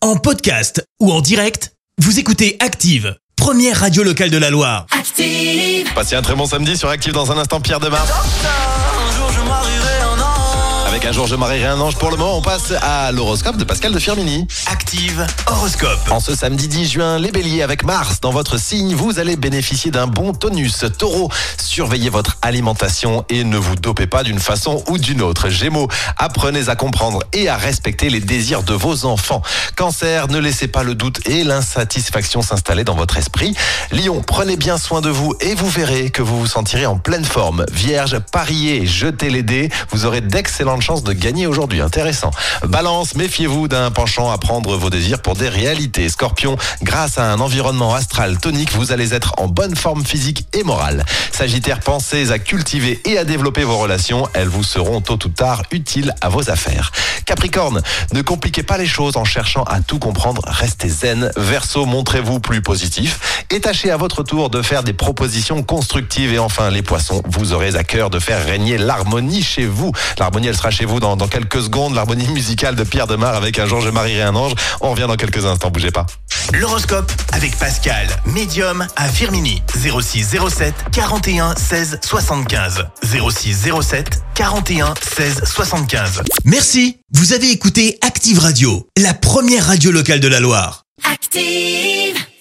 En podcast ou en direct, vous écoutez Active, première radio locale de la Loire. Active. Passez un très bon samedi sur Active. Dans un instant, Pierre Demar. Avec un jour je marierai un ange. Pour le moment, on passe à l'horoscope de Pascal de Firmini. Active horoscope. En ce samedi 10 juin, les béliers, avec Mars dans votre signe, vous allez bénéficier d'un bon tonus. Taureau, surveillez votre alimentation et ne vous dopez pas d'une façon ou d'une autre. Gémeaux, apprenez à comprendre et à respecter les désirs de vos enfants. Cancer, ne laissez pas le doute et l'insatisfaction s'installer dans votre esprit. Lion, prenez bien soin de vous et vous verrez que vous vous sentirez en pleine forme. Vierge, pariez, jetez les dés, vous aurez d'excellentes chances de gagner aujourd'hui. Intéressant. Balance, méfiez-vous d'un penchant à prendre vos désirs pour des réalités. Scorpion, grâce à un environnement astral tonique, vous allez être en bonne forme physique et morale. Sagittaire, pensez à cultiver et à développer vos relations. Elles vous seront tôt ou tard utiles à vos affaires. Capricorne, ne compliquez pas les choses en cherchant à tout comprendre. Restez zen. Verseau, montrez-vous plus positif et tâchez à votre tour de faire des propositions constructives. Et enfin, les poissons, vous aurez à cœur de faire régner l'harmonie chez vous. L'harmonie, elle sera chez vous dans quelques secondes. L'harmonie musicale de Pierre Demar avec Un jour je marierai un ange. On revient dans quelques instants, bougez pas. L'horoscope avec Pascal, médium à Firmini. 06 07 41 16 75. 06 07 41 16 75. Merci. Vous avez écouté Active Radio, la première radio locale de la Loire. Active.